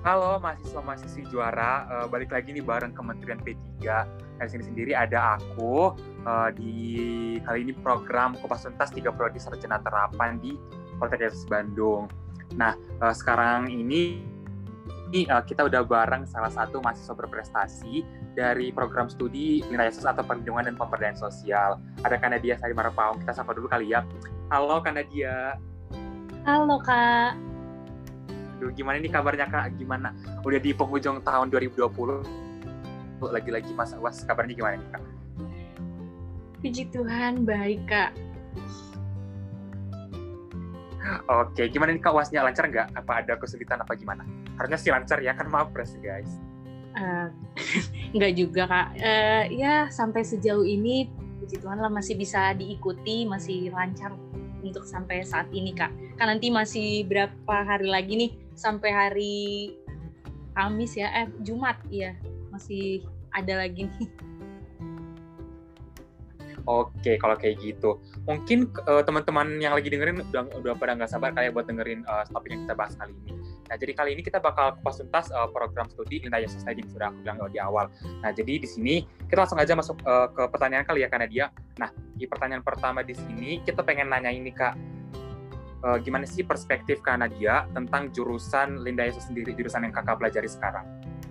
Halo mahasiswa-mahasiswi juara, balik lagi nih bareng Kementerian P3. Di sini sendiri ada aku di kali ini program Kupas Tuntas 3 Prodi Sarjana Terapan di Politeknik Bandung. Nah, sekarang ini kita udah bareng salah satu mahasiswa berprestasi dari program studi Linda Yesus atau Perlindungan dan Pemberdayaan Sosial. Ada Kanadia Sarimarpaung, kita sapa dulu kali ya. Halo Kanadia. Halo Kak. Aduh, gimana nih kabarnya Kak? Gimana? Udah di penghujung tahun 2020, lagi-lagi masa UAS, kabarnya gimana nih Kak? Puji Tuhan, baik Kak. Oke, gimana nih Kak UASnya? Lancar nggak? Apa ada kesulitan apa gimana? Harusnya sih lancar ya, kan Mapres guys. Nggak juga Kak. Ya sampai sejauh ini, puji Tuhan lah masih bisa diikuti, masih lancar untuk sampai saat ini Kak. Kan nanti masih berapa hari lagi nih sampai hari Kamis ya, Jumat ya, masih ada lagi nih. Oke, kalau kayak gitu, mungkin teman-teman yang lagi dengerin udah pada nggak sabar kayak buat dengerin topik yang kita bahas kali ini. Nah, jadi kali ini kita bakal kupas tuntas program studi Linda Yesus tadi yang sudah aku bilang di awal. Nah, jadi di sini kita langsung aja masuk ke pertanyaan kali ya Kanadia. Nah, di pertanyaan pertama di sini kita pengen nanya ini Kak, gimana sih perspektif Kanadia tentang jurusan Linda Yesus sendiri, jurusan yang kakak pelajari sekarang?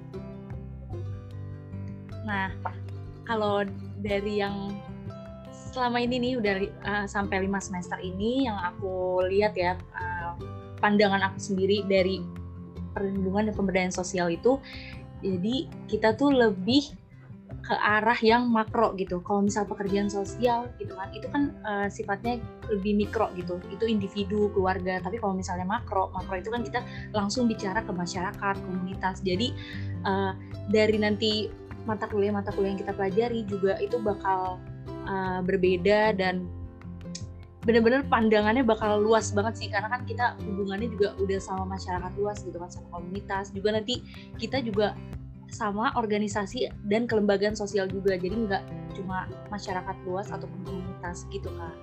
Nah, kalau dari yang selama ini nih udah sampai 5 semester ini yang aku lihat ya, pandangan aku sendiri dari perlindungan dan pemberdayaan sosial itu, jadi kita tuh lebih ke arah yang makro gitu. Kalau misal pekerjaan sosial gitu kan, itu kan sifatnya lebih mikro gitu, itu individu, keluarga. Tapi kalau misalnya makro itu kan kita langsung bicara ke masyarakat, komunitas. Jadi dari nanti mata kuliah yang kita pelajari juga itu bakal berbeda dan benar-benar pandangannya bakal luas banget sih, karena kan kita hubungannya juga udah sama masyarakat luas gitu kan, sama komunitas juga, nanti kita juga sama organisasi dan kelembagaan sosial juga, jadi nggak cuma masyarakat luas ataupun komunitas gitu Kak.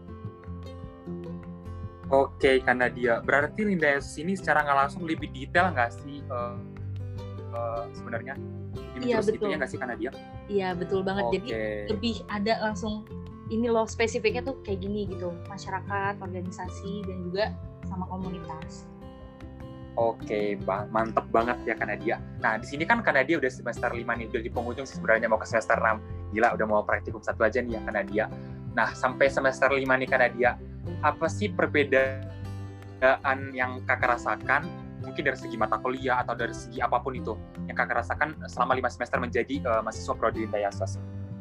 Oke Kanadia, berarti Linda Yesus ini secara nggak langsung lebih detail nggak sih sebenarnya? Iya betul. Nggak sih Kanadia? Iya betul banget. Jadi lebih ada langsung ini loh spesifiknya tuh kayak gini gitu, masyarakat, organisasi dan juga sama komunitas. Oke, mantep banget ya Kanadia. Nah di sini kan Kanadia udah semester 5 nih, udah di penghujung sih sebenarnya, mau ke semester 6. Gila, udah mau praktikum 1 aja nih ya Kanadia. Nah sampai semester 5 nih Kanadia, apa sih perbedaan yang kakak rasakan, mungkin dari segi mata kuliah atau dari segi apapun itu yang kakak rasakan selama 5 semester menjadi mahasiswa Prodi Linda Yesus?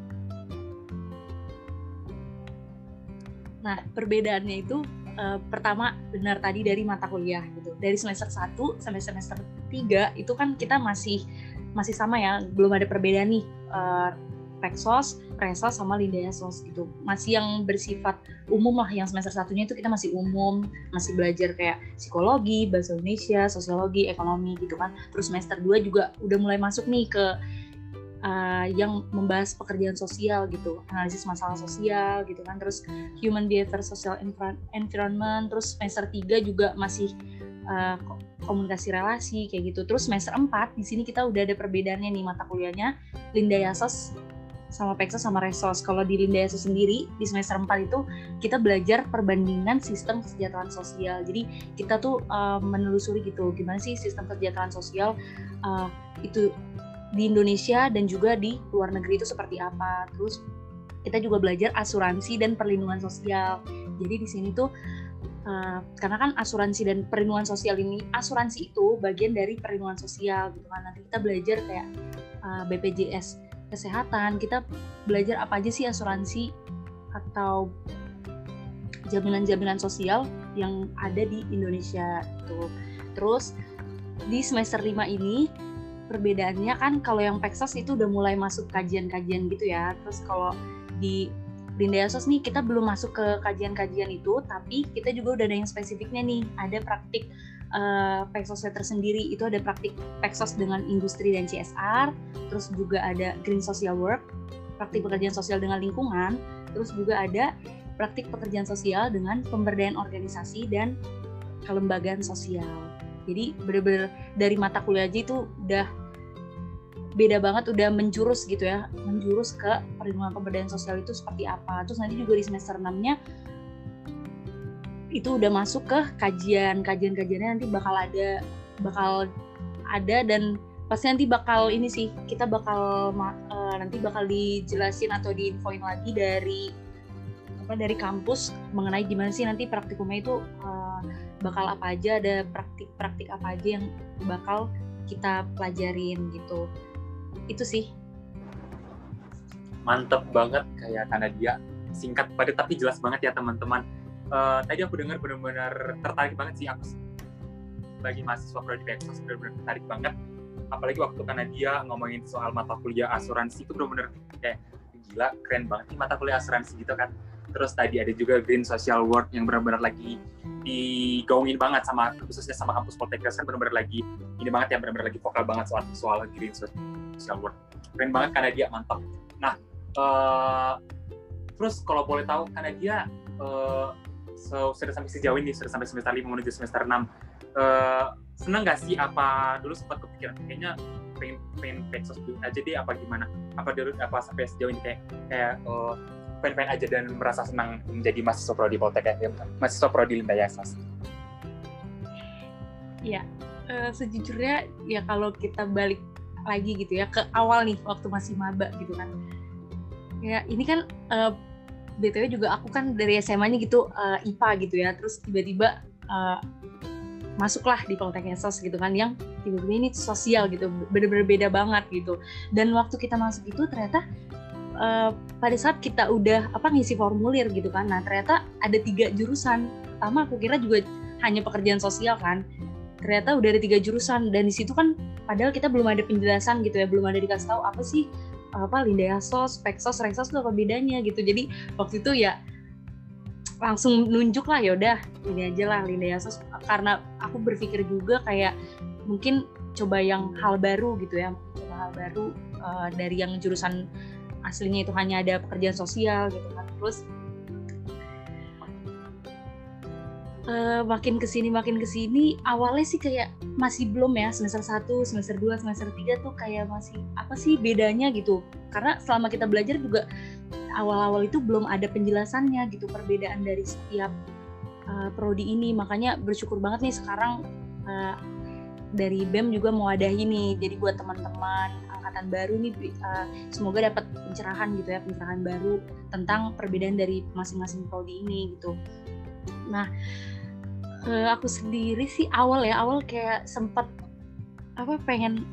Nah, perbedaannya itu pertama benar tadi dari mata kuliah gitu. Dari semester 1 sampai semester 3 itu kan kita masih sama ya, belum ada perbedaan nih. Peksos, Presos sama Linda Yesus gitu. Masih yang bersifat umum lah, yang semester 1-nya itu kita masih umum, masih belajar kayak psikologi, bahasa Indonesia, sosiologi, ekonomi gitu kan. Terus semester 2 juga udah mulai masuk nih ke yang membahas pekerjaan sosial gitu, analisis masalah sosial gitu kan, terus human behavior social environment, terus semester 3 juga masih komunikasi relasi kayak gitu. Terus semester 4 di sini kita udah ada perbedaannya nih mata kuliahnya, Linda Yesus sama Peksos sama Resos. Kalau di Linda Yesus sendiri di semester 4 itu kita belajar perbandingan sistem kesejahteraan sosial. Jadi kita tuh menelusuri gitu gimana sih sistem kesejahteraan sosial itu di Indonesia dan juga di luar negeri itu seperti apa. Terus kita juga belajar asuransi dan perlindungan sosial. Jadi di sini tuh karena kan asuransi dan perlindungan sosial ini, asuransi itu bagian dari perlindungan sosial gitu kan. Nanti kita belajar kayak BPJS kesehatan, kita belajar apa aja sih asuransi atau jaminan-jaminan sosial yang ada di Indonesia gitu. Terus di semester 5 ini perbedaannya kan kalau yang Peksos itu udah mulai masuk kajian-kajian gitu ya. Terus kalau di Linda Yesus nih kita belum masuk ke kajian-kajian itu, tapi kita juga udah ada yang spesifiknya nih. Ada praktik Peksosnya tersendiri, itu ada praktik Peksos dengan industri dan CSR, terus juga ada Green Social Work, praktik pekerjaan sosial dengan lingkungan, terus juga ada praktik pekerjaan sosial dengan pemberdayaan organisasi dan kelembagaan sosial. Jadi bener-bener dari mata kuliah aja itu udah beda banget, udah menjurus gitu ya, menjurus ke perlindungan pemberdayaan sosial itu seperti apa. Terus nanti juga di semester 6-nya itu udah masuk ke kajian-kajiannya, nanti bakal ada dan pasti nanti bakal ini sih, kita bakal nanti bakal dijelasin atau diinfoin lagi dari kampus mengenai gimana sih nanti praktikumnya itu bakal apa aja, ada praktik apa aja yang bakal kita pelajarin gitu. Itu sih. Mantep banget kayak Kanadia, singkat padat tapi jelas banget ya teman-teman. Tadi aku dengar benar-benar tertarik banget sih, aku sebagai mahasiswa prodi Peksos benar-benar tertarik banget. Apalagi waktu Kanadia ngomongin soal mata kuliah asuransi, itu benar-benar kayak gila, keren banget nih mata kuliah asuransi gitu kan. Terus tadi ada juga Green Social Work yang benar-benar lagi digaungin banget sama, khususnya sama kampus Poltekkes kan benar-benar lagi ini banget ya, benar-benar lagi vokal banget soal Green Social Work. Keren banget Kanadia, mantap. Nah, terus kalau boleh tahu Kanadia sudah sampai sejauh ini, sudah sampai semester 5 menuju semester 6, seneng nggak sih? Apa dulu sempat kepikiran kayaknya pengen Peksos aja deh, apa gimana? Apa sampai sejauh ini kayak pengen aja dan merasa senang menjadi mahasiswa prodi Poltekkes, mahasiswa prodi Linda Yasas? Iya, sejujurnya ya kalau kita balik lagi gitu ya ke awal nih waktu masih maba gitu kan. Ya ini kan BTW juga aku kan dari SMA-nya gitu IPA gitu ya, terus tiba-tiba masuklah di Poltekkes gitu kan, yang tiba-tiba ini sosial gitu, bener-bener beda banget gitu. Dan waktu kita masuk itu ternyata pada saat kita udah ngisi formulir gitu kan, nah ternyata ada 3 jurusan. Pertama aku kira juga hanya pekerjaan sosial kan, ternyata udah ada 3 jurusan, dan di situ kan padahal kita belum ada penjelasan gitu ya, belum ada dikasih tahu apa sih Linda Yassos, Peksos, Reksos itu apa bedanya gitu. Jadi waktu itu ya langsung nunjuk lah, ya udah ini aja lah Linda Yassos, karena aku berpikir juga kayak mungkin coba yang hal baru gitu ya, coba hal baru dari yang jurusan aslinya itu hanya ada pekerjaan sosial gitu kan. Terus makin kesini awalnya sih kayak masih belum ya, semester 1, semester 2, semester 3 tuh kayak masih apa sih bedanya gitu, karena selama kita belajar juga awal-awal itu belum ada penjelasannya gitu, perbedaan dari setiap prodi ini. Makanya bersyukur banget nih sekarang dari BEM juga mau ada ini, jadi buat teman-teman angkatan baru nih semoga dapat pencerahan gitu ya, pencerahan baru tentang perbedaan dari masing-masing prodi ini gitu. Nah, aku sendiri sih awal kayak sempat pengen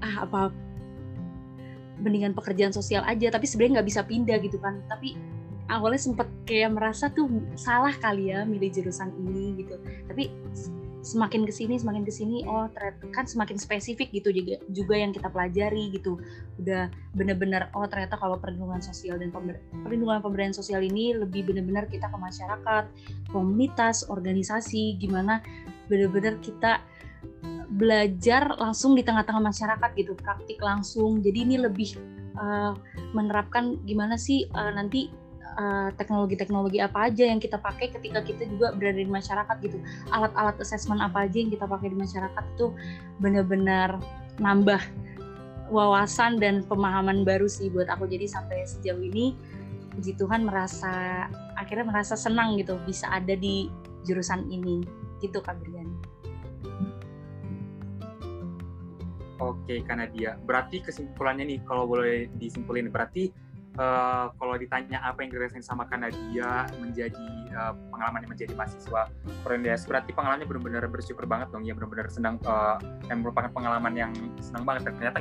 mendingan pekerjaan sosial aja, tapi sebenarnya nggak bisa pindah gitu kan. Tapi awalnya sempat kayak merasa tuh salah kali ya milih jurusan ini gitu. Tapi semakin kesini oh ternyata kan semakin spesifik gitu juga yang kita pelajari gitu. Udah benar-benar oh ternyata kalau perlindungan sosial dan perlindungan pemberdayaan sosial ini lebih benar-benar kita ke masyarakat, komunitas, organisasi, gimana benar-benar kita belajar langsung di tengah-tengah masyarakat gitu, praktik langsung. Jadi ini lebih menerapkan gimana sih nanti teknologi-teknologi apa aja yang kita pakai ketika kita juga berada di masyarakat gitu, alat-alat assessment apa aja yang kita pakai di masyarakat, itu benar-benar nambah wawasan dan pemahaman baru sih buat aku. Jadi sampai sejauh ini puji Tuhan akhirnya merasa senang gitu bisa ada di jurusan ini gitu Kak Brian. Oke Kanadia, berarti kesimpulannya nih kalau boleh disimpulin, berarti kalau ditanya apa yang dirasain sama Kanadia menjadi pengalamannya menjadi mahasiswa Perindes, berarti pengalamannya benar-benar bersyukur banget dong ya, benar-benar senang, yang merupakan pengalaman yang senang banget. Ternyata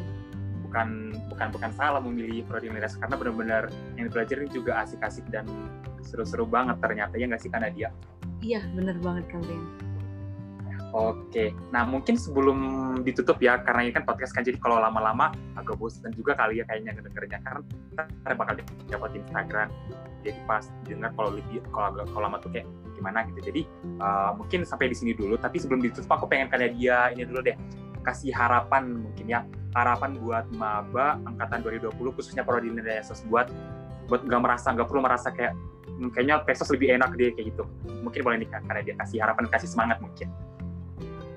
bukan salah memilih prodi Perindes, karena benar-benar yang dipelajari juga asik-asik dan seru-seru banget ternyata, ya nggak sih Kanadia? Iya benar banget kalian. Oke, nah mungkin sebelum ditutup ya, karena ini kan podcast kan, jadi kalau lama-lama agak bosan juga kali ya kayaknya ngedengernya, karena kita bakal dapat Instagram, jadi pas dengar kalau lama tuh kayak gimana gitu. Jadi mungkin sampai di sini dulu, tapi sebelum ditutup aku pengen Kanadia ini dulu deh, kasih harapan mungkin ya, harapan buat maba angkatan 2020 khususnya prodi Linda Yassos, buat nggak perlu merasa kayak kayaknya Peksos lebih enak deh kayak gitu. Mungkin boleh nih Kanadia kasih harapan, kasih semangat mungkin.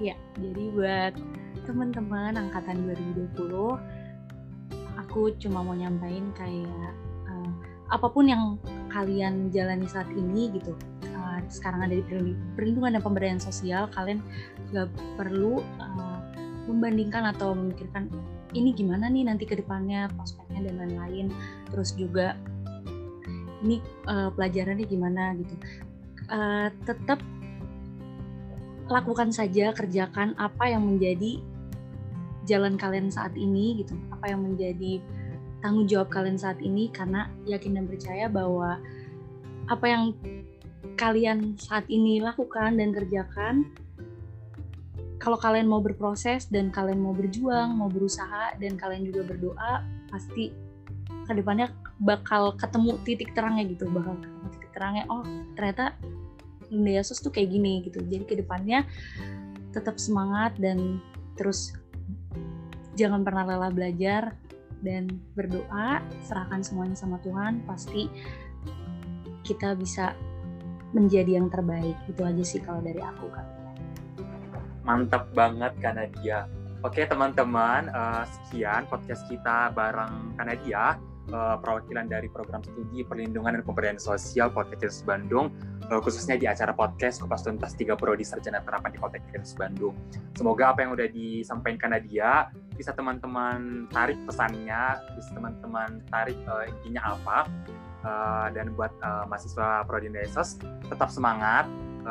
Ya, jadi buat teman-teman angkatan 2020, aku cuma mau nyampain kayak apapun yang kalian jalani saat ini gitu, sekarang ada di perlindungan dan pemberdayaan sosial, kalian gak perlu membandingkan atau memikirkan ini gimana nih nanti ke depannya, prospeknya dan lain-lain, terus juga ini pelajarannya gimana gitu. Tetap lakukan saja, kerjakan apa yang menjadi jalan kalian saat ini gitu, apa yang menjadi tanggung jawab kalian saat ini, karena yakin dan percaya bahwa apa yang kalian saat ini lakukan dan kerjakan, kalau kalian mau berproses dan kalian mau berjuang, mau berusaha dan kalian juga berdoa, pasti ke depannya bakal ketemu titik terangnya gitu, bakal ketemu titik terangnya, oh ternyata Linda Yesus tuh kayak gini gitu. Jadi ke depannya tetap semangat dan terus jangan pernah lelah belajar dan berdoa, serahkan semuanya sama Tuhan, pasti kita bisa menjadi yang terbaik. Itu aja sih kalau dari aku, Kak. Mantap banget Kak Nadia. Oke teman-teman, sekian podcast kita bareng Kak Nadia, perwakilan dari program studi perlindungan dan pemberdayaan sosial Poltekkes Bandung, khususnya di acara podcast Kupas Tuntas 3 Prodi Sarjana Terapan di Poltekkes Bandung. Semoga apa yang udah disampaikan Kak Nadia bisa teman-teman tarik pesannya, bisa teman-teman tarik intinya apa, dan buat mahasiswa Prodi Yesus tetap semangat.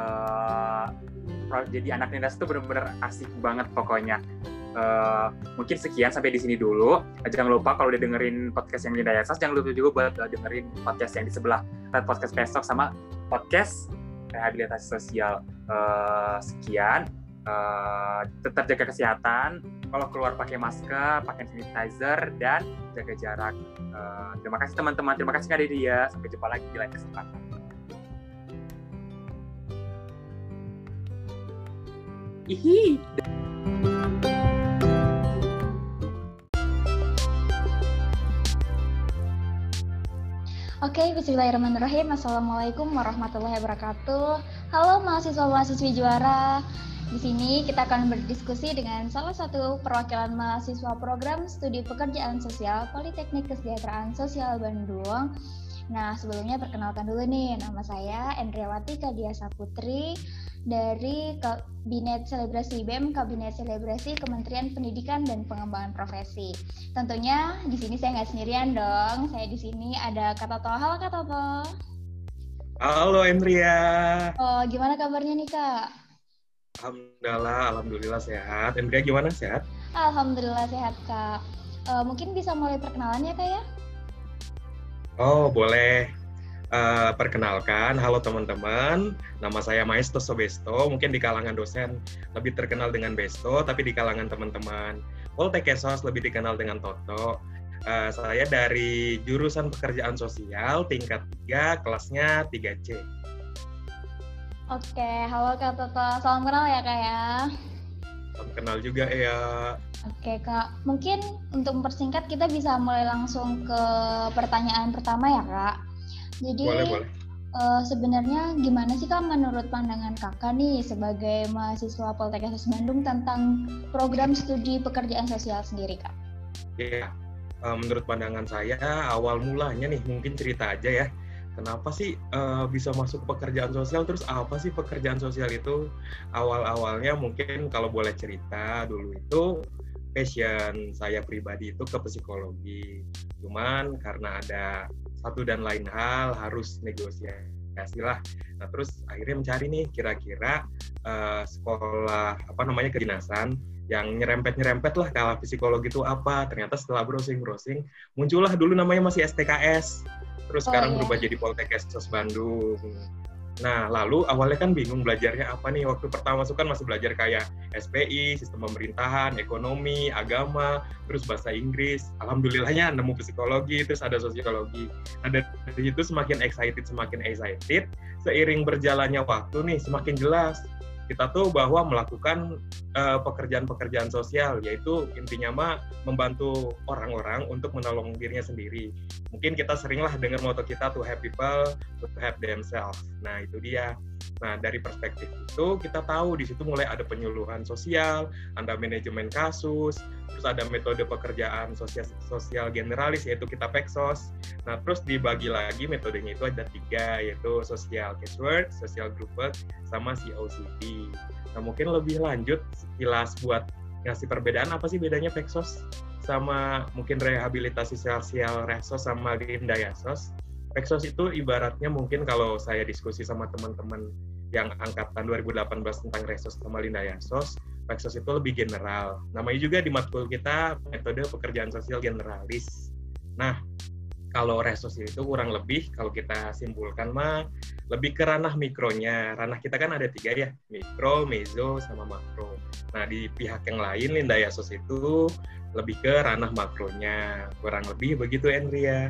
Jadi anak Nindas itu benar-benar asik banget pokoknya. Mungkin sekian sampai di sini dulu. Jangan lupa kalau udah dengerin podcast yang Linda Yesus, jangan lupa juga buat dengerin podcast yang di sebelah, podcast besok sama podcast rehabilitasi sosial. Sekian. Tetap jaga kesehatan. Kalau keluar pakai masker, pakai sanitizer, dan jaga jarak. Terima kasih teman-teman. Terima kasih Kak Nadia. Sampai jumpa lagi di lain kesempatan. Ihi. Oke, bismillahirrahmanirrahim. Assalamualaikum warahmatullahi wabarakatuh. Halo mahasiswa-mahasiswi juara. Di sini kita akan berdiskusi dengan salah satu perwakilan mahasiswa program studi pekerjaan sosial Politeknik Kesejahteraan Sosial Bandung. Nah, sebelumnya perkenalkan dulu nih, nama saya Endriawati Kadia Saputri dari Kabinet Selebrasi BEM, Kabinet Selebrasi Kementerian Pendidikan dan Pengembangan Profesi. Tentunya di sini saya nggak sendirian dong. Saya di sini ada Kak Toto. Halo Kak Toto. Halo Endria. Oh, gimana kabarnya nih Kak? Alhamdulillah sehat. Endria gimana, sehat? Alhamdulillah sehat Kak. Mungkin bisa mulai perkenalan ya Kak ya? Oh, boleh. Perkenalkan, halo teman-teman, nama saya Maestro Sobesto, mungkin di kalangan dosen lebih terkenal dengan Besto, tapi di kalangan teman-teman Poltekkes lebih dikenal dengan Toto. Saya dari jurusan pekerjaan sosial tingkat 3, kelasnya 3C. Oke, halo Kak Toto, salam kenal ya Kak ya. Salam kenal juga ya. Oke Kak, mungkin untuk mempersingkat kita bisa mulai langsung ke pertanyaan pertama ya Kak. Jadi boleh. Sebenarnya gimana sih Kak menurut pandangan Kakak nih sebagai mahasiswa Poltekkes Bandung tentang program studi pekerjaan sosial sendiri Kak? Ya, menurut pandangan saya awal mulanya nih mungkin cerita aja ya. Kenapa sih bisa masuk pekerjaan sosial, terus apa sih pekerjaan sosial itu? Awal-awalnya mungkin kalau boleh cerita dulu itu passion saya pribadi itu ke psikologi. Cuman karena ada satu dan lain hal harus negosiasi lah. Nah terus akhirnya mencari nih kira-kira sekolah kedinasan yang nyerempet lah kalau psikologi itu apa. Ternyata setelah browsing muncullah dulu namanya masih STKS. Terus sekarang berubah jadi Poltekkes Bandung. Nah, lalu awalnya kan bingung belajarnya apa nih. Waktu pertama masuk kan masih belajar kayak SPI, sistem pemerintahan, ekonomi, agama, terus bahasa Inggris. Alhamdulillahnya nemu psikologi, terus ada sosiologi. Nah, dari itu semakin excited. Seiring berjalannya waktu nih, semakin jelas. Kita tahu bahwa melakukan pekerjaan-pekerjaan sosial, yaitu intinya membantu orang-orang untuk menolong dirinya sendiri. Mungkin kita seringlah dengar moto kita to help people, to help themselves. Nah itu dia. Nah, dari perspektif itu kita tahu di situ mulai ada penyuluhan sosial, ada manajemen kasus, terus ada metode pekerjaan sosial generalis yaitu kita Peksos. Nah, terus dibagi lagi metodenya itu ada 3 yaitu social casework, social group work, sama COCD. Nah, mungkin lebih lanjut sekilas buat ngasih perbedaan apa sih bedanya Peksos sama mungkin rehabilitasi sosial Resos sama Lindayasos. Peksos itu ibaratnya mungkin kalau saya diskusi sama teman-teman yang angkatan 2018 tentang Resos sama Lindayasos, Peksos itu lebih general. Namanya juga di matkul kita metode pekerjaan sosial generalis. Nah, kalau Resos itu kurang lebih kalau kita simpulkan mah lebih ke ranah mikronya. Ranah kita kan ada 3 ya, mikro, meso, sama makro. Nah, di pihak yang lain Lindayasos itu lebih ke ranah makronya. Kurang lebih begitu, Andrea.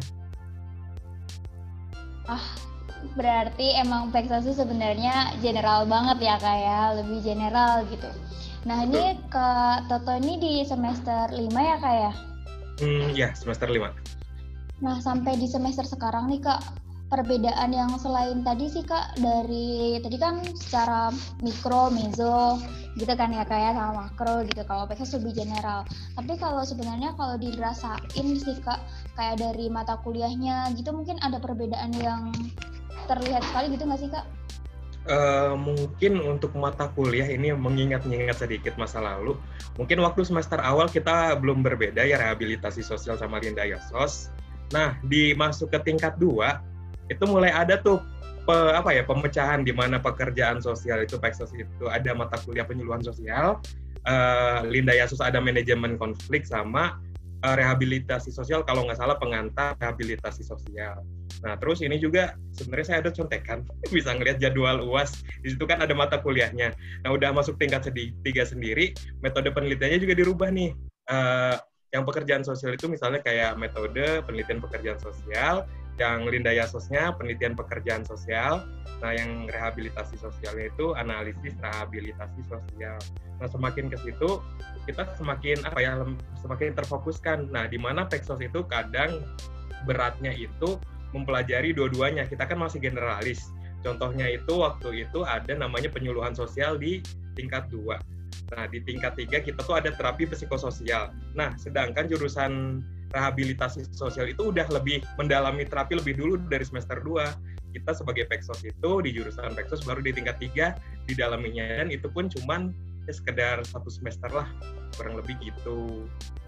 Berarti emang Peksos itu sebenarnya general banget ya Kak ya, lebih general gitu. Nah ini Kak Toto ini di semester 5 ya Kak ya? Ya, semester 5. Nah sampai di semester sekarang nih Kak, perbedaan yang selain tadi sih Kak, dari tadi kan secara mikro, meso gitu kan ya Kak ya, sama makro gitu, kalau Peksos lebih general. Tapi kalau sebenarnya kalau dirasain sih Kak, kayak dari mata kuliahnya gitu mungkin ada perbedaan yang terlihat sekali gitu nggak sih Kak? Mungkin untuk mata kuliah ini mengingat-ingat sedikit masa lalu. Mungkin waktu semester awal kita belum berbeda ya rehabilitasi sosial sama Lindayasos. Nah, masuk ke tingkat 2 itu mulai ada tuh pemecahan di mana pekerjaan sosial itu Peksos itu ada mata kuliah penyuluhan sosial, Lindayasos ada manajemen konflik sama rehabilitasi sosial kalau nggak salah pengantar rehabilitasi sosial. Nah, terus ini juga sebenarnya saya ada contekan, bisa ngelihat jadwal UAS, di situ kan ada mata kuliahnya. Nah, udah masuk tingkat 3 sendiri, metode penelitiannya juga dirubah nih. Yang pekerjaan sosial itu misalnya kayak metode penelitian pekerjaan sosial, yang Lindayasosnya penelitian pekerjaan sosial, nah yang rehabilitasi sosialnya itu analisis rehabilitasi sosial. Nah, semakin ke situ kita semakin terfokuskan. Nah, di mana Peksos itu kadang beratnya itu mempelajari dua-duanya. Kita kan masih generalis. Contohnya itu waktu itu ada namanya penyuluhan sosial di tingkat 2. Nah, di tingkat 3 kita tuh ada terapi psikososial. Nah, sedangkan jurusan rehabilitasi sosial itu udah lebih mendalami terapi lebih dulu dari semester 2. Kita sebagai Peksos itu di jurusan Peksos baru di tingkat 3 didalaminya, dan itu pun cuman sekedar 1 semester lah, kurang lebih gitu.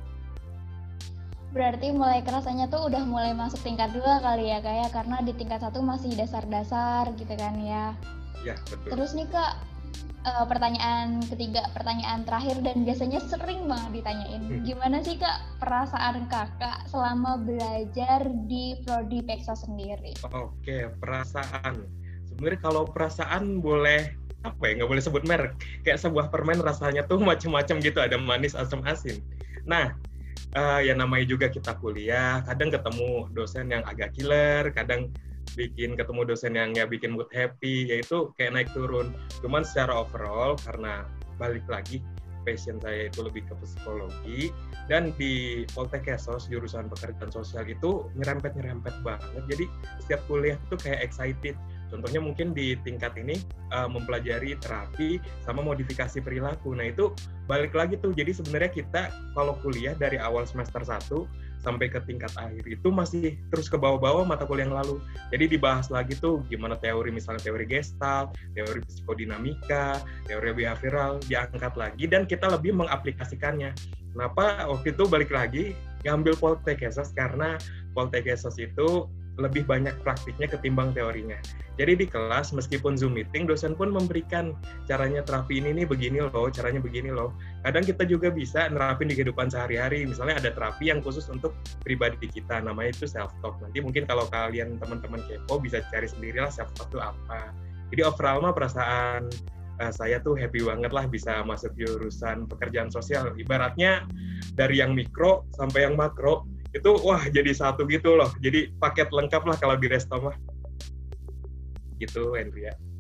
Berarti mulai kerasanya tuh udah mulai masuk tingkat 2 kali ya Kak ya, karena di tingkat 1 masih dasar-dasar gitu kan ya. Ya, betul. Terus nih Kak, pertanyaan ketiga, pertanyaan terakhir dan biasanya sering banget ditanyain. Gimana sih Kak perasaan Kakak selama belajar di Prodi Peksos sendiri? Oke, perasaan. Sebenarnya kalau perasaan boleh nggak boleh sebut merek. Kayak sebuah permen rasanya tuh macam-macam gitu, ada manis, asam, asin. Nah, ya namanya juga kita kuliah, kadang ketemu dosen yang agak killer, kadang ketemu dosen yang ya bikin mood happy, yaitu kayak naik turun. Cuman secara overall, karena balik lagi passion saya itu lebih ke psikologi, dan di Poltekkes jurusan pekerjaan sosial itu nyerempet banget. Jadi setiap kuliah itu kayak excited. Contohnya mungkin di tingkat ini mempelajari terapi sama modifikasi perilaku. Nah, itu balik lagi tuh. Jadi sebenarnya kita kalau kuliah dari awal semester 1 sampai ke tingkat akhir itu masih terus ke bawah-bawah mata kuliah yang lalu. Jadi dibahas lagi tuh gimana teori, misalnya teori Gestalt, teori psikodinamika, teori behavioral, diangkat lagi dan kita lebih mengaplikasikannya. Kenapa waktu itu balik lagi ngambil Poltekkes? Karena Poltekkes itu lebih banyak praktiknya ketimbang teorinya. Jadi di kelas meskipun Zoom meeting, dosen pun memberikan caranya terapi ini nih begini loh, caranya begini loh. Kadang kita juga bisa nerapin di kehidupan sehari-hari. Misalnya ada terapi yang khusus untuk pribadi kita, namanya itu self-talk. Nanti mungkin kalau kalian teman-teman kepo bisa cari sendirilah self-talk itu apa. Jadi overall mah perasaan saya tuh happy banget lah bisa masuk jurusan pekerjaan sosial. Ibaratnya dari yang mikro sampai yang makro, itu wah jadi satu gitu loh, jadi paket lengkap lah kalau di Resto mah gitu, Andrea.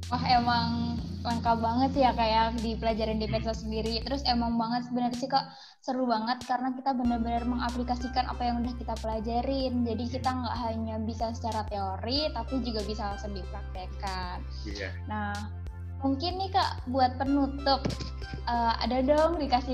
Wah, emang lengkap banget sih ya kayak dipelajarin di Peksos sendiri. Terus emang banget sebenarnya sih Kak, seru banget karena kita benar-benar mengaplikasikan apa yang udah kita pelajarin. Jadi kita nggak hanya bisa secara teori, tapi juga bisa langsung dipraktekkan. Iya. Nah, mungkin nih Kak, buat penutup, ada dong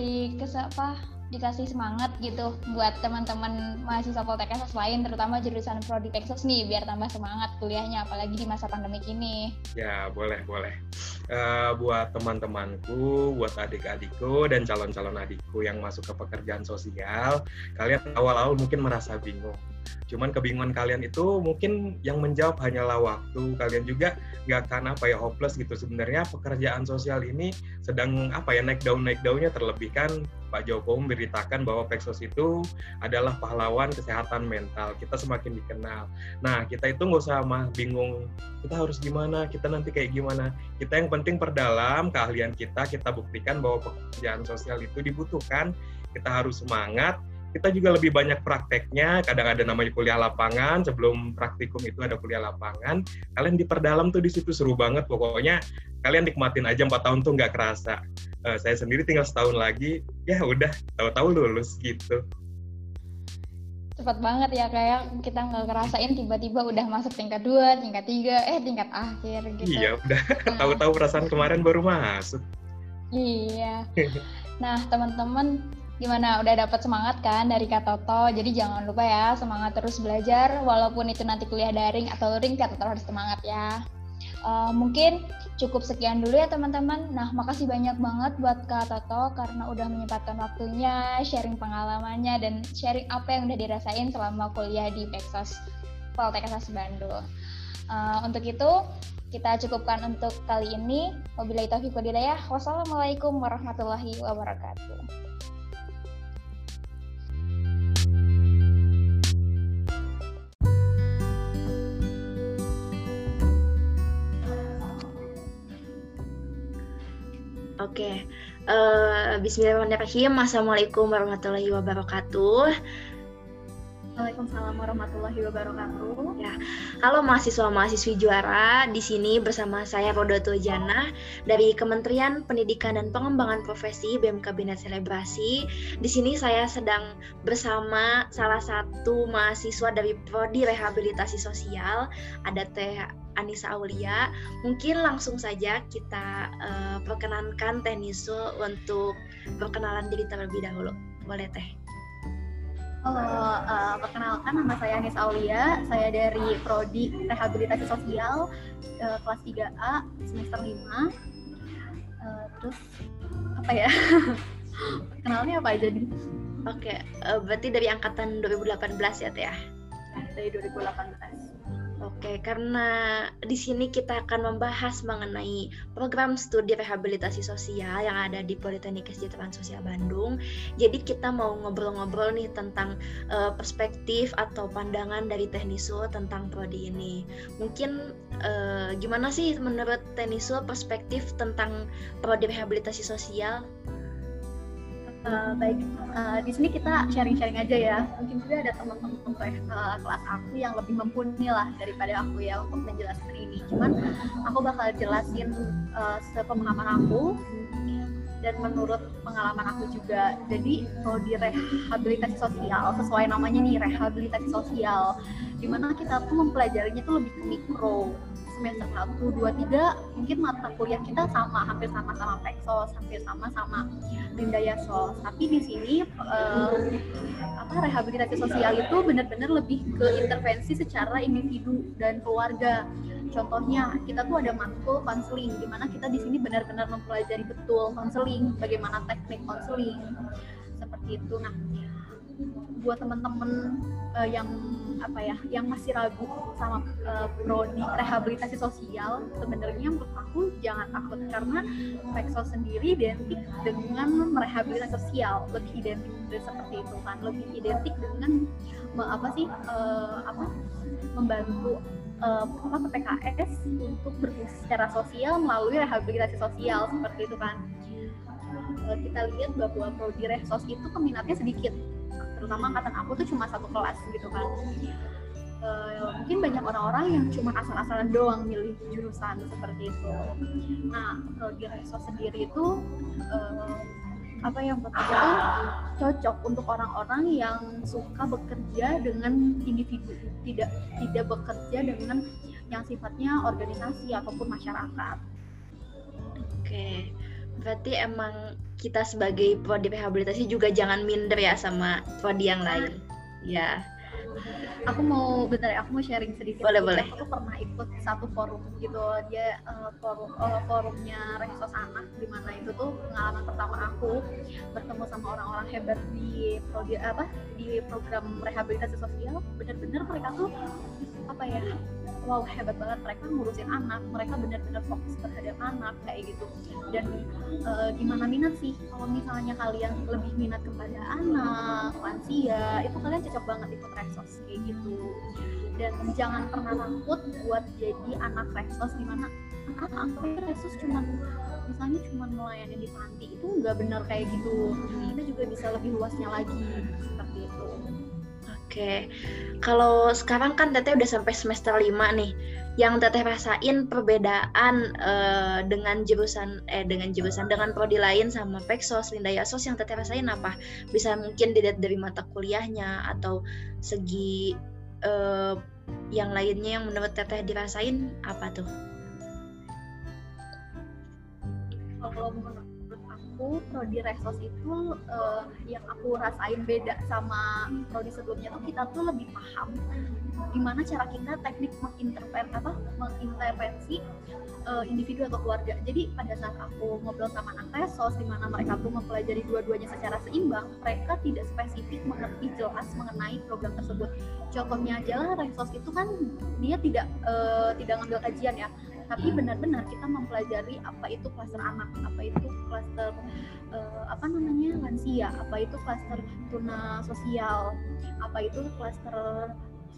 dikasih semangat gitu buat teman-teman mahasiswa Poltekkes lain, terutama jurusan Prodi Peksos nih, biar tambah semangat kuliahnya, apalagi di masa pandemik ini. Ya, boleh. Buat teman-temanku, buat adik-adikku, dan calon-calon adikku yang masuk ke pekerjaan sosial, kalian awal-awal mungkin merasa bingung. Cuman kebingungan kalian itu mungkin yang menjawab hanyalah waktu. Kalian juga nggak akan hopeless gitu. Sebenarnya pekerjaan sosial ini sedang naik daunnya, terlebih kan Pak Jokowi memberitakan bahwa Peksos itu adalah pahlawan kesehatan mental. Kita semakin dikenal. Nah, kita itu nggak usah bingung, kita harus gimana, kita nanti kayak gimana. Kita yang penting perdalam keahlian kita buktikan bahwa pekerjaan sosial itu dibutuhkan, kita harus semangat. Kita juga lebih banyak prakteknya, kadang ada namanya kuliah lapangan, sebelum praktikum itu ada kuliah lapangan, kalian diperdalam tuh di situ, seru banget pokoknya, kalian nikmatin aja 4 tahun tuh nggak kerasa. Saya sendiri tinggal setahun lagi, ya udah, tahu-tahu lulus gitu. Cepat banget ya, kayak kita nggak ngerasain tiba-tiba udah masuk tingkat 2, tingkat 3, tingkat akhir gitu. Iya, udah tahu-tahu perasaan kemarin baru masuk. Iya. Nah, teman-teman, gimana? Udah dapat semangat kan dari Kak Toto? Jadi jangan lupa ya, semangat terus belajar, walaupun itu nanti kuliah daring atau luring, Kak Toto harus semangat ya. Mungkin cukup sekian dulu ya teman-teman. Nah, makasih banyak banget buat Kak Toto karena udah menyempatkan waktunya, sharing pengalamannya, dan sharing apa yang udah dirasain selama kuliah di Peksos Poltekkes Bandung. Untuk itu, kita cukupkan untuk kali ini. Wabillahi taufiq wal hidayah. Wassalamualaikum warahmatullahi wabarakatuh. Oke, Bismillahirrahmanirrahim. Assalamualaikum warahmatullahi wabarakatuh. Waalaikumsalam warahmatullahi wabarakatuh. Ya, halo mahasiswa-mahasiswi juara. Di sini bersama saya Rodatul Jannah dari Kementerian Pendidikan dan Pengembangan Profesi BEM Kabinet Selebrasi. Di sini saya sedang bersama salah satu mahasiswa dari Prodi Rehabilitasi Sosial, ada Teh Anissa Aulia. Mungkin langsung saja kita perkenankan Teh Nisul untuk perkenalan diri terlebih dahulu. Boleh Teh? Halo, perkenalkan nama saya Anissa Aulia, saya dari Prodi Rehabilitasi Sosial kelas 3A semester 5. Terus apa ya? Perkenalannya apa aja nih? Oke, berarti dari angkatan 2018 ya Teh? Dari 2018. Oke, karena di sini kita akan membahas mengenai program studi rehabilitasi sosial yang ada di Politeknik Kesejahteraan Sosial Bandung. Jadi kita mau ngobrol-ngobrol nih tentang perspektif atau pandangan dari Teh Nisul tentang prodi ini. Mungkin gimana sih menurut Teh Nisul perspektif tentang prodi rehabilitasi sosial? Baik, di sini kita sharing-sharing aja ya. Mungkin juga ada teman-teman kelas aku yang lebih mumpuni lah daripada aku ya untuk menjelaskan ini. Cuman aku bakal jelasin sepemahaman aku dan menurut pengalaman aku juga. Jadi prodi rehabilitasi sosial, sesuai namanya nih, rehabilitasi sosial, dimana kita tuh mempelajarinya tuh lebih ke mikro. Semester 1, 2, 3 mungkin mata kuliah kita hampir sama Peksos, hampir sama Bindayasos. Tapi di sini rehabilitasi sosial itu benar-benar lebih ke intervensi secara individu dan keluarga. Contohnya kita tuh ada matkul konseling, di mana kita di sini benar-benar mempelajari betul konseling, bagaimana teknik konseling seperti itu. Nah, buat teman-teman yang masih ragu sama prodi rehabilitasi sosial, sebenarnya menurut aku jangan takut, karena Peksos sendiri identik dengan merehabilitasi sosial, lebih identik seperti itu kan, lebih identik dengan membantu PPKS untuk berfungsi secara sosial melalui rehabilitasi sosial seperti itu kan. Kita lihat bahwa prodi Rehsos itu peminatnya sedikit, terutama angkatan aku tuh cuma 1 kelas gitu kan. mungkin banyak orang-orang yang cuma asal-asalan doang milih jurusan seperti itu. Nah, prodi Reksos sendiri itu apa yang pertama cocok untuk orang-orang yang suka bekerja dengan individu, tidak bekerja dengan yang sifatnya organisasi ataupun masyarakat. Oke, berarti emang kita sebagai prodi rehabilitasi juga jangan minder ya sama prodi yang lain. Ya. Aku mau sharing sedikit. Boleh. Aku tuh pernah ikut satu forum gitu, dia forumnya Reksos Anak, di mana itu tuh pengalaman pertama aku bertemu sama orang-orang hebat di program rehabilitasi sosial. Benar-benar mereka tuh wow, hebat banget, mereka ngurusin anak, mereka benar-benar fokus terhadap anak kayak gitu. Dan gimana minat sih, kalau misalnya kalian lebih minat kepada anak, lansia, itu kalian cocok banget ikut Reksos kayak gitu. Dan jangan pernah takut buat jadi anak Reksos, dimana Reksos cuma melayani di panti, itu nggak benar kayak gitu. Kita juga bisa lebih luasnya lagi seperti itu. Oke, kalau sekarang kan Teteh udah sampai semester 5 nih. Yang Teteh rasain perbedaan dengan prodi lain sama Peksos, Lindayasos, yang Teteh rasain apa? Bisa mungkin dilihat dari mata kuliahnya atau segi yang lainnya yang menurut Teteh dirasain apa tuh? Kalau menurut aku, prodi Reksos itu yang aku rasain beda sama prodi sebelumnya tuh, kita tuh lebih paham gimana cara kita teknik mengintervensi individu atau keluarga. Jadi pada saat aku ngobrol sama anak Reksos, di mana mereka tuh mempelajari dua-duanya secara seimbang, mereka tidak spesifik mengerti jelas mengenai program tersebut. Contohnya aja lah, Reksos itu kan dia tidak ngambil kajian ya, tapi benar-benar kita mempelajari apa itu klaster anak, apa itu klaster lansia, apa itu klaster tuna sosial, apa itu klaster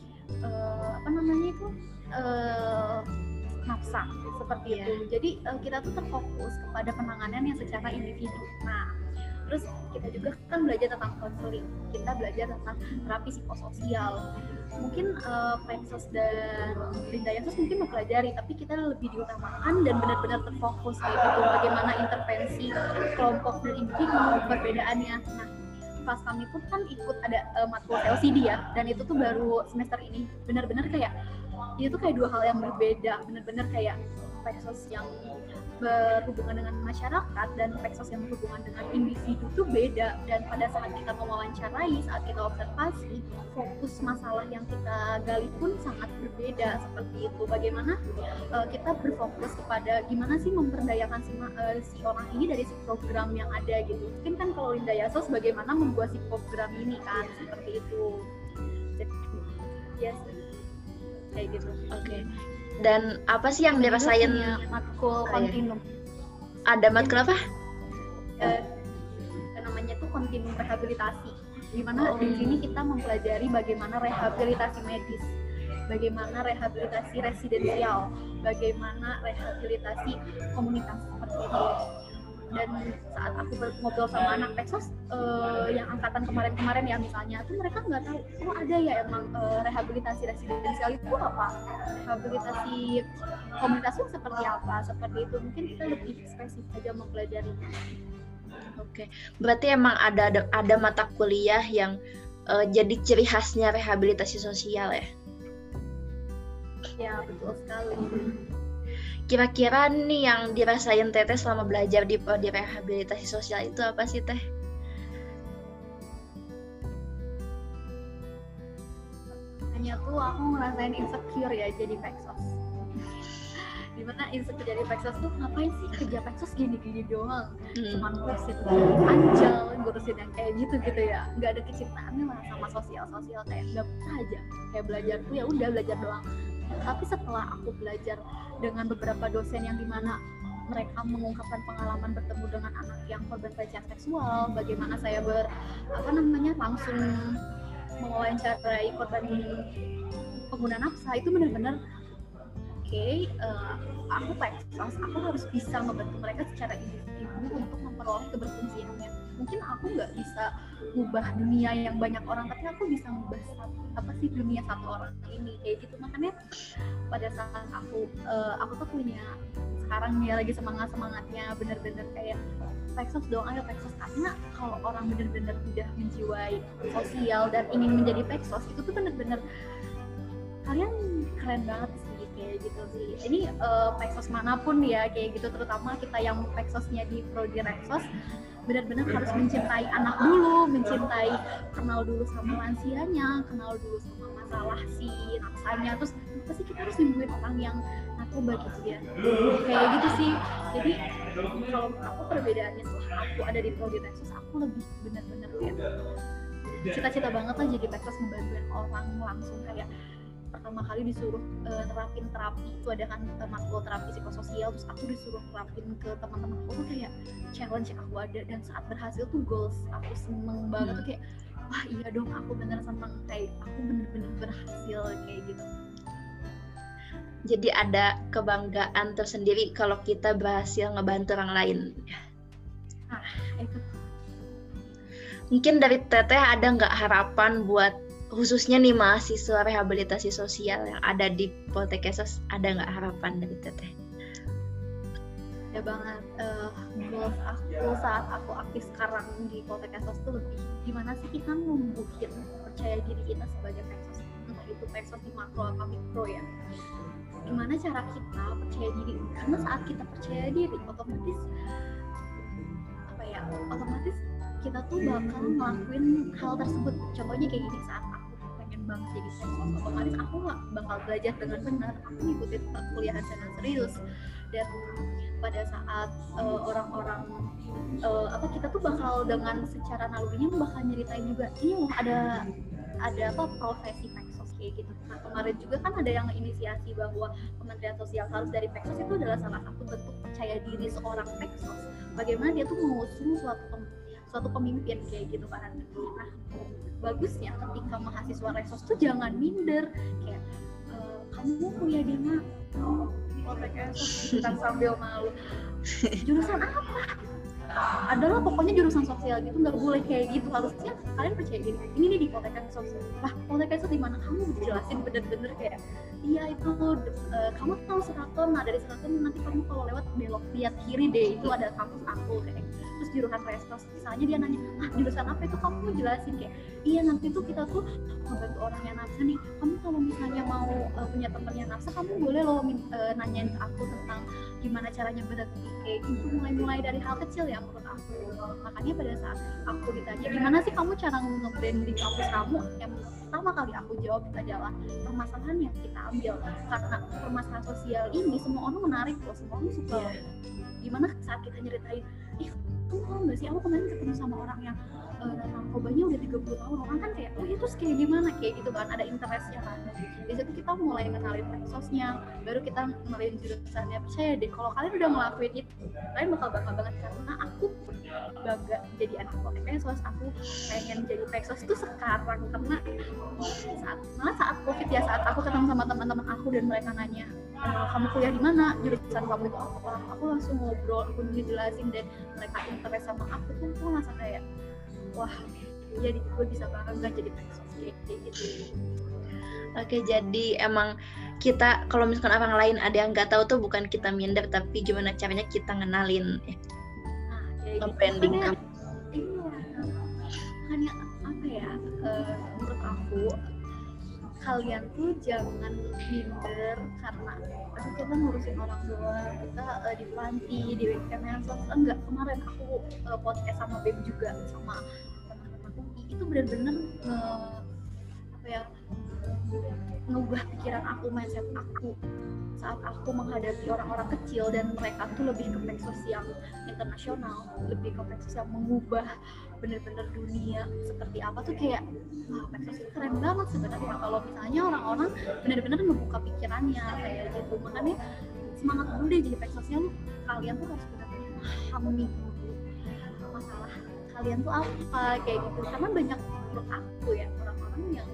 nafsa, seperti itu. Jadi kita tuh terfokus kepada penanganan yang secara individu. Nah, terus kita juga kan belajar tentang konseling, kita belajar tentang terapi psikososial. Mungkin Peksos dan Lindayasos mungkin mempelajari, tapi kita lebih diutamakan dan benar-benar terfokus kayak gitu, bagaimana intervensi kelompok dan individu, perbedaannya. Nah, kelas kami pun kan ikut ada matkul LCD ya, dan itu tuh baru semester ini. Benar-benar kayak itu tuh kayak dua hal yang berbeda, benar-benar kayak Peksos yang berhubungan dengan masyarakat dan Peksos yang berhubungan dengan individu tuh beda. Dan pada saat kita mewawancarai, saat kita observasi, fokus masalah yang kita gali pun sangat berbeda seperti itu. Bagaimana kita berfokus kepada gimana sih memberdayakan si orang ini dari si program yang ada gitu. Mungkin kan kalau Lindayasos bagaimana membuat si program ini kan, seperti itu. Jadi yes, kayak gitu. Oke. Dan apa sih yang dirasain matkul kontinum? Ada matkul apa? Namanya tuh kontinum rehabilitasi. Di mana di sini kita mempelajari bagaimana rehabilitasi medis, bagaimana rehabilitasi residensial, bagaimana rehabilitasi komunitas seperti itu. Dan saat aku ngobrol sama anak Peksos yang angkatan kemarin-kemarin ya misalnya, tuh mereka nggak tahu, oh ada ya emang rehabilitasi residensial itu apa, rehabilitasi komunitas itu seperti apa, seperti itu. Mungkin kita lebih spesifik aja mempelajarinya. Oke, berarti emang ada mata kuliah yang jadi ciri khasnya rehabilitasi sosial ya? Ya, betul sekali. Kira-kira nih yang dirasain Teteh selama belajar di rehabilitasi sosial itu apa sih Teh? Hanya tuh aku ngerasain insecure ya jadi Peksos. Dimana insecure jadi Peksos tuh, ngapain sih kerja Peksos gini-gini doang, cuma ngurusin anjal, ngurusin yang kayak gitu ya, nggak ada kecintaannya lah sama sosial kayak nggak pernah aja kayak belajar tuh ya udah belajar doang. Tapi setelah aku belajar dengan beberapa dosen yang dimana mereka mengungkapkan pengalaman bertemu dengan anak yang korban pelecehan seksual, bagaimana saya langsung mewawancarai korban pengguna nafsa, itu benar-benar aku Peksos, aku harus bisa membantu mereka secara individu untuk memperoleh keberfungsiannya. mungkin aku nggak bisa ngubah dunia yang banyak orang, tapi aku bisa ngubah dunia satu orang ini kayak gitu. Makanya pada saat aku tuh punya sekarang ya lagi semangatnya bener-bener kayak Peksos dong, ayo Peksos, karena kalau orang bener-bener udah menjiwai sosial dan ingin menjadi Peksos itu tuh bener-bener kalian keren banget sih kayak gitu sih. Ini Peksos manapun ya kayak gitu, terutama kita yang Peksosnya di Prodi Reksos benar-benar harus mencintai anak dulu, kenal dulu sama lansianya, kenal dulu sama masalah si naksanya, terus pasti kita harus nyembuhin orang yang narkoba gitu ya, kayak gitu sih. Jadi kalau aku perbedaannya setelah aku ada di Prodi Reksos, aku lebih benar-benar kayak cita-cita banget lah jadi Peksos, ngebantuin orang langsung. Kayak pertama kali disuruh nerapin terapi itu ada kan matkul terapi psikososial, terus aku disuruh nerapin ke teman-teman aku tuh kayak challenge yang aku ada, dan saat berhasil tuh goals aku seneng banget tuh kayak wah iya dong aku bener seneng, kayak aku bener-bener berhasil kayak gitu. Jadi ada kebanggaan tersendiri kalau kita berhasil ngebantu orang lain. Itu. Mungkin dari Teteh ada nggak harapan buat khususnya nih mahasiswa rehabilitasi sosial yang ada di Poltekkes, ada nggak harapan dari Teteh? Ya banget, goals aku saat aku aktif sekarang di Poltekkes tuh lebih gimana sih kita numbuhin percaya diri kita sebagai Peksos, entah itu Peksos di makro atau mikro ya. Gimana cara kita percaya diri, karena saat kita percaya diri otomatis kita tuh bakal ngelakuin hal tersebut. Contohnya kayak gini, saat aku pengen banget jadi Peksos, otomatis aku nggak bakal belajar dengan benar, aku ngikutin perkuliahan dengan serius. Dan pada saat orang-orang kita tuh bakal dengan secara nalurinya bakal nyeritain juga, ini loh ada profesi Peksos kayak gitu. Nah kemarin juga kan ada yang inisiasi bahwa Kementerian Sosial harus dari Peksos, itu adalah salah satu bentuk percaya diri seorang Peksos, bagaimana dia tuh mengusung suatu pemimpin kayak gitu kan. Nah bagusnya ketika mahasiswa Reksos tuh jangan minder, kayak kamu kuliah di mana? Poltekkes bukan sambil malu. Jurusan apa? Adalah pokoknya jurusan sosial gitu, nggak boleh kayak gitu. Harusnya kalian percaya diri. Ini nih di Poltekkes sosial. Lah Poltekkes di mana? Kamu dijelasin bener-bener kayak iya itu kamu tahu Seraton, nah dari Seraton nanti kamu kalau lewat belok lihat kiri deh, itu ada kampus aku kayak. Terus jurusan Reksos misalnya dia nanya, jurusan apa itu, kamu jelasin kayak iya nanti tuh kita tuh membantu orang yang nafsa nih, kamu kalau misalnya mau punya teman yang nafsa, kamu boleh loh nanyain ke aku tentang gimana caranya berhenti kayak gitu, mulai dari hal kecil ya menurut aku. Makanya pada saat aku ditanya gimana sih kamu cara nge-brand di kampus kamu, yang pertama kali aku jawab itu adalah permasalahan yang kita ambil, karena permasalahan sosial ini semua orang menarik loh, semua orang suka. Gimana saat kita nyeritain, kamu tau gak sih aku kemarin ketemu sama orang yang narkobanya udah 30 tahun, orang kan kayak itu kayak gimana kayak gitu kan, ada interestnya kan. Di situ kita mulai kenalin Peksosnya, baru kita kenalin jurusannya. Percaya deh kalau kalian udah ngelakuin itu, kalian bakal bangga banget, karena aku bangga jadi anak Poltekkes. Aku pengen jadi Peksos itu sekarang karena saat COVID ya, saat aku ketemu sama teman-teman aku dan mereka nanya kamu kuliah di mana, jurusan kamu itu apa, aku langsung ngobrol, aku dijelasin dan mereka interest sama aku tuh langsung kayak wah jadi gue bisa bangga jadi Peksos kayak gitu. Oke, jadi emang kita kalau misalkan orang lain ada yang nggak tahu tuh bukan kita minder, tapi gimana caranya kita ngenalin branding kamu. Makanya apa ya, menurut aku kalian tuh jangan minder karena kita ngurusin orang doang, kita di panti, di Kemensos, enggak. Kemarin aku podcast sama Beb juga sama teman-teman UI, itu benar-benar ngubah pikiran aku, mindset aku saat aku menghadapi orang-orang kecil dan mereka tuh lebih ke Peksos yang internasional, lebih ke Peksos yang mengubah bener-bener dunia seperti apa tuh kayak wah Peksos itu keren banget sebenarnya kalau misalnya orang-orang bener-bener ngebuka pikirannya kayak gitu. Makanya semangat dulu deh jadi Peksosnya, kalian tuh harus benar-benar memahami dulu masalah kalian tuh apa kayak gitu, karena banyak menurut aku ya orang-orang yang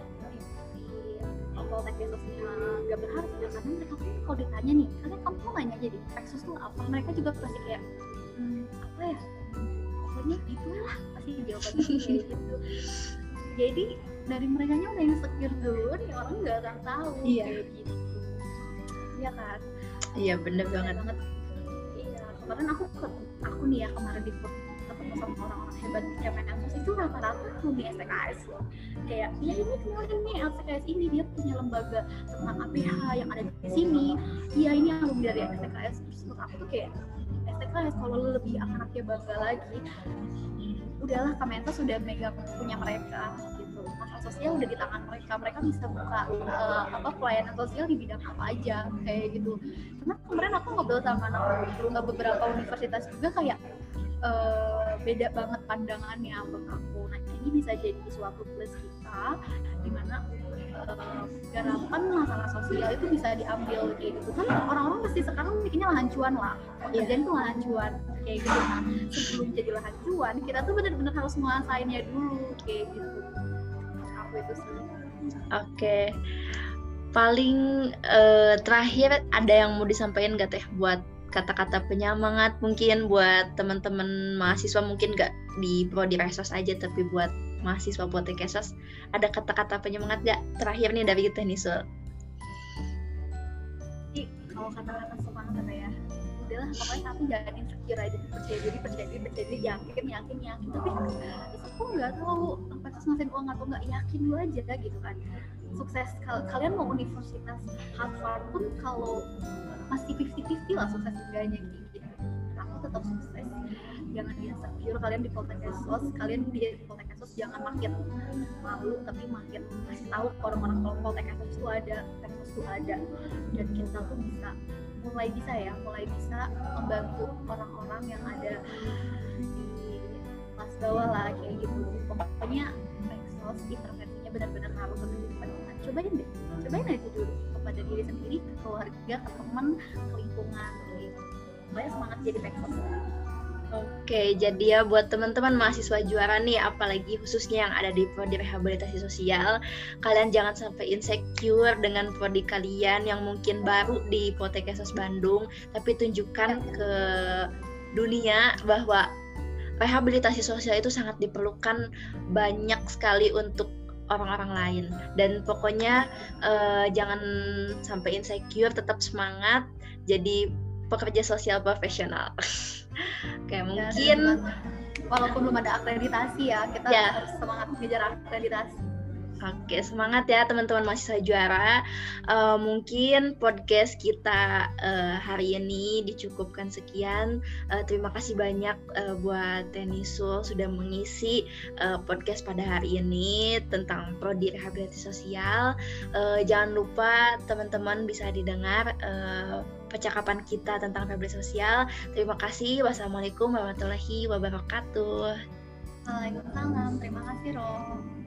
Poltekkesnya gak berharga karena mereka tuh kalau ditanya nih, karena kamu nanya jadi Peksos tuh apa, mereka juga pasti kayak apa ya, biasanya gitulah pasti jawabannya kayak gitu. Jadi dari mereka nya udah insecure duluan, ya orang nggak akan tahu kayak gitu. Iya kan? Iya bener banget. Iya, kemarin aku nih ya kemarin ketemu sama orang-orang hebat di CPNS itu rata-rata alumni STKS loh. Kayak ya ini kenalin nih STKS ini, dia punya lembaga tentang APH yang ada di sini. Iya ini alumni dari STKS. Terus menurut aku tuh kayak STKS kalau lebih anaknya bangga lagi, udahlah Kemensos sudah megang punya mereka gitu. Masalah sosial udah di tangan mereka bisa buka pelayanan sosial di bidang apa aja kayak gitu. Karena kemarin aku ngobrol sama beberapa universitas juga kayak beda banget pandangannya menurut aku. Nah ini bisa jadi suatu plus kita dimana garapan masalah sosial itu bisa diambil kayak gitu. Kan orang-orang pasti sekarang bikinnya lahan cuan lah, pekerjaan itu lahan cuan kayak gitu. Nah sebelum jadi lahan cuan kita tuh benar-benar harus menguasainnya dulu kayak gitu. Aku itu sih. Oke. Paling terakhir ada yang mau disampaikan nggak Teh buat kata-kata penyemangat mungkin buat teman-teman mahasiswa, mungkin nggak di prodi Resos aja tapi buat mahasiswa Poltekkes, ada kata-kata penyemangat nggak terakhir nih dari Teh Nisul? Kalau kata-kata semangat ya, udahlah pokoknya aku jangan insecure aja, percaya diri, yakin tapi aku nggak tahu Poltekkes ngasih uang atau nggak, yakin dulu aja gitu kan. Sukses kalian mau universitas Harvard pun kalau masih 50-50 lah sukses enggaknya gitu. Aku tetap sukses. Jangan insecure, kalian di Poltekkes, kalian di Poltekkes jangan makin malu tapi makin kasih tahu ke orang-orang kalau Poltekkes itu ada, Poltekkes itu ada, dan kita tuh mulai bisa membantu orang-orang yang ada di kelas bawah lah kayak gitu. Pokoknya Poltekkes intervensinya benar-benar harus ke kehidupan kita. Cobain aja dulu kepada diri sendiri, ke keluarga, ke teman, ke lingkungan gitu. Pokoknya semangat jadi Poltekkes. Oke, jadi ya buat teman-teman mahasiswa juara nih, apalagi khususnya yang ada di prodi rehabilitasi sosial, kalian jangan sampai insecure dengan prodi kalian yang mungkin baru di Poltekkes Bandung, tapi tunjukkan ke dunia bahwa rehabilitasi sosial itu sangat diperlukan banyak sekali untuk orang-orang lain. Dan pokoknya jangan sampai insecure, tetap semangat jadi pekerja sosial profesional. Kayak mungkin walaupun belum ada akreditasi ya, kita harus semangat mengejar akreditasi. Oke, semangat ya teman-teman mahasiswa juara. Mungkin podcast kita hari ini dicukupkan sekian. Terima kasih banyak buat Teh Nisul sudah mengisi podcast pada hari ini tentang prodi rehabilitasi sosial. Jangan lupa teman-teman bisa didengar percakapan kita tentang rehabilitasi sosial. Terima kasih. Wassalamualaikum warahmatullahi wabarakatuh. Waalaikumsalam. Terima kasih, Rom.